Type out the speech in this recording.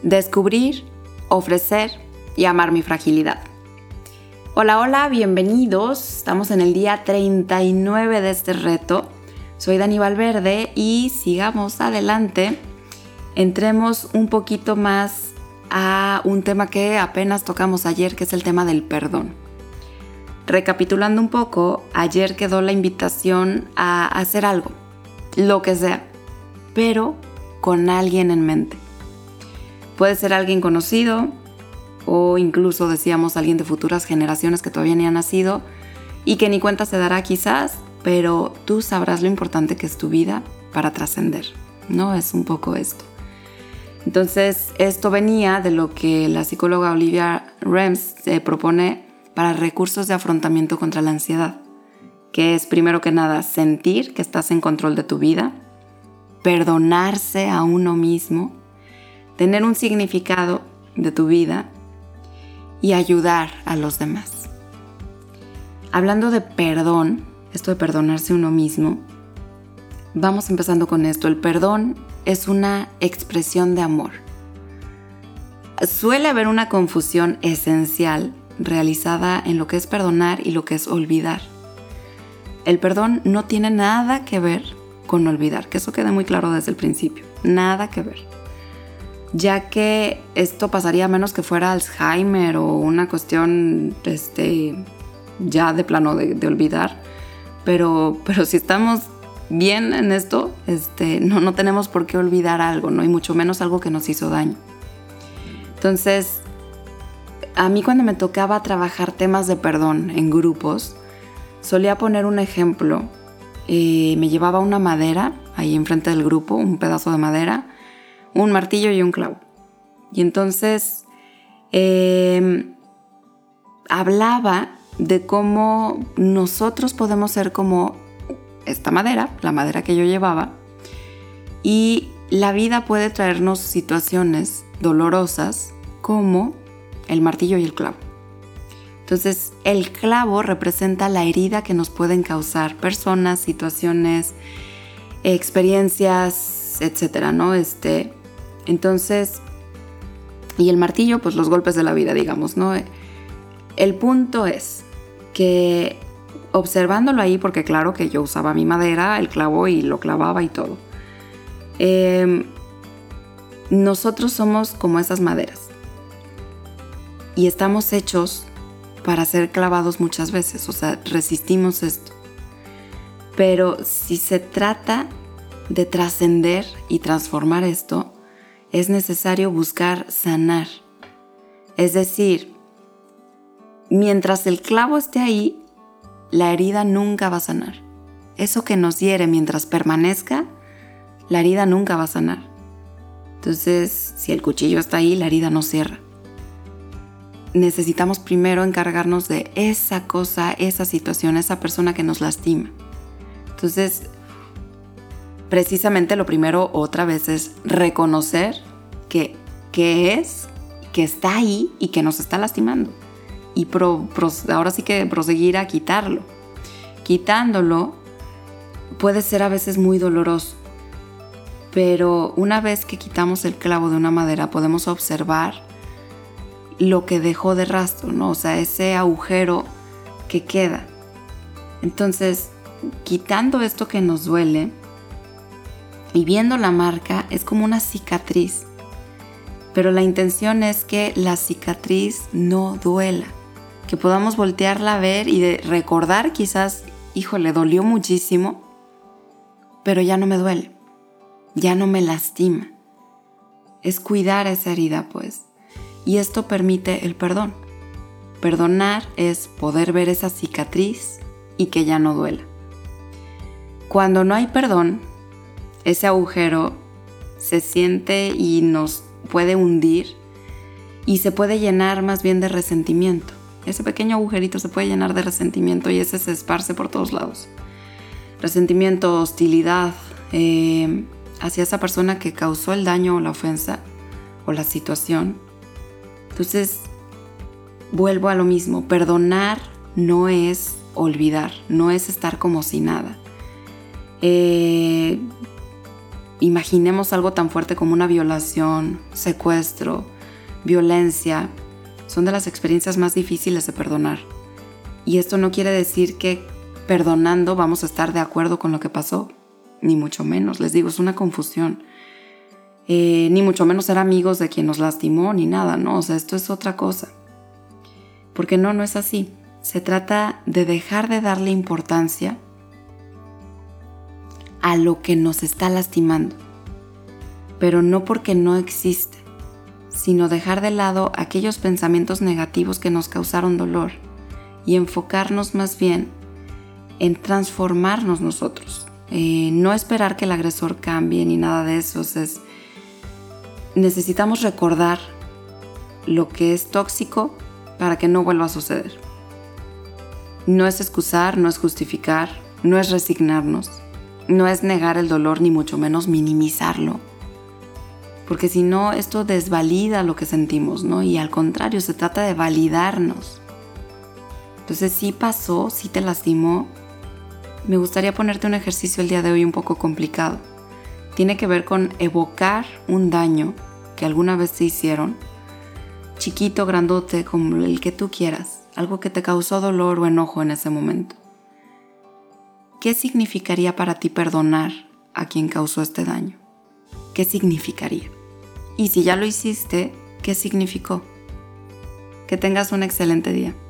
descubrir, ofrecer y amar mi fragilidad. Hola, hola, bienvenidos. Estamos en el día 39 de este reto. Soy Dani Valverde y sigamos adelante. Entremos un poquito más a un tema que apenas tocamos ayer, que es el tema del perdón. Recapitulando un poco, ayer quedó la invitación a hacer algo, lo que sea, pero con alguien en mente. Puede ser alguien conocido o incluso decíamos alguien de futuras generaciones que todavía ni ha nacido y que ni cuenta se dará quizás, pero tú sabrás lo importante que es tu vida para trascender, ¿no? Es un poco esto. Entonces, esto venía de lo que la psicóloga Olivia Rems propone para recursos de afrontamiento contra la ansiedad, que es primero que nada sentir que estás en control de tu vida, perdonarse a uno mismo, tener un significado de tu vida y ayudar a los demás. Hablando de perdón, esto de perdonarse a uno mismo, vamos empezando con esto. El perdón es una expresión de amor. Suele haber una confusión esencial realizada en lo que es perdonar y lo que es olvidar. El perdón no tiene nada que ver con olvidar, que eso quede muy claro desde el principio, nada que ver. Ya que esto pasaría a menos que fuera Alzheimer o una cuestión ya de plano de olvidar, pero si estamos bien en esto, no tenemos por qué olvidar algo, ¿no? Y mucho menos algo que nos hizo daño. Entonces, a mí cuando me tocaba trabajar temas de perdón en grupos, solía poner un ejemplo. Me llevaba una madera ahí enfrente del grupo, un pedazo de madera, un martillo y un clavo. Y entonces hablaba de cómo nosotros podemos ser como esta madera, la madera que yo llevaba, y la vida puede traernos situaciones dolorosas como el martillo y el clavo. Entonces, el clavo representa la herida que nos pueden causar personas, situaciones, experiencias, etcétera, ¿no? Entonces, y el martillo, pues los golpes de la vida, digamos, ¿no? El punto es que observándolo ahí, porque claro que yo usaba mi madera, el clavo y lo clavaba y todo. Nosotros somos como esas maderas y estamos hechos para ser clavados muchas veces, o sea, resistimos esto. Pero si se trata de trascender y transformar esto, es necesario buscar sanar. Es decir, mientras el clavo esté ahí, la herida nunca va a sanar. Eso que nos hiere mientras permanezca, la herida nunca va a sanar. Entonces, si el cuchillo está ahí, la herida no cierra. Necesitamos primero encargarnos de esa cosa, esa situación, esa persona que nos lastima. Entonces, precisamente lo primero otra vez es reconocer que está ahí y que nos está lastimando. Y ahora sí que proseguir a quitarlo. Quitándolo puede ser a veces muy doloroso, pero una vez que quitamos el clavo de una madera podemos observar lo que dejó de rastro, ¿no? O sea, ese agujero que queda. Entonces, quitando esto que nos duele y viendo la marca, es como una cicatriz. Pero la intención es que la cicatriz no duela. Que podamos voltearla a ver y de recordar quizás, híjole, dolió muchísimo, pero ya no me duele, ya no me lastima. Es cuidar esa herida, pues. Y esto permite el perdón. Perdonar es poder ver esa cicatriz y que ya no duela. Cuando no hay perdón, ese agujero se siente y nos puede hundir y se puede llenar más bien de resentimiento. Ese pequeño agujerito se puede llenar de resentimiento y ese se esparce por todos lados. Resentimiento, hostilidad hacia esa persona que causó el daño o la ofensa o la situación. Entonces, vuelvo a lo mismo. Perdonar no es olvidar, no es estar como si nada. Y imaginemos algo tan fuerte como una violación, secuestro, violencia, son de las experiencias más difíciles de perdonar. Y esto no quiere decir que perdonando vamos a estar de acuerdo con lo que pasó, ni mucho menos. Les digo, es una confusión. Ni mucho menos ser amigos de quien nos lastimó, ni nada, ¿no? O sea, esto es otra cosa. Porque no es así. Se trata de dejar de darle importancia a lo que nos está lastimando. Pero no porque no existe, sino dejar de lado aquellos pensamientos negativos que nos causaron dolor y enfocarnos más bien en transformarnos nosotros. No esperar que el agresor cambie ni nada de eso. Necesitamos recordar lo que es tóxico para que no vuelva a suceder. No es excusar, no es justificar, no es resignarnos, no es negar el dolor ni mucho menos minimizarlo. Porque si no, esto desvalida lo que sentimos, ¿no? Y al contrario, se trata de validarnos. Entonces, sí pasó, sí te lastimó. Me gustaría ponerte un ejercicio el día de hoy un poco complicado. Tiene que ver con evocar un daño que alguna vez te hicieron, chiquito, grandote, como el que tú quieras, algo que te causó dolor o enojo en ese momento. ¿Qué significaría para ti perdonar a quien causó este daño? ¿Qué significaría? Y si ya lo hiciste, ¿qué significó? Que tengas un excelente día.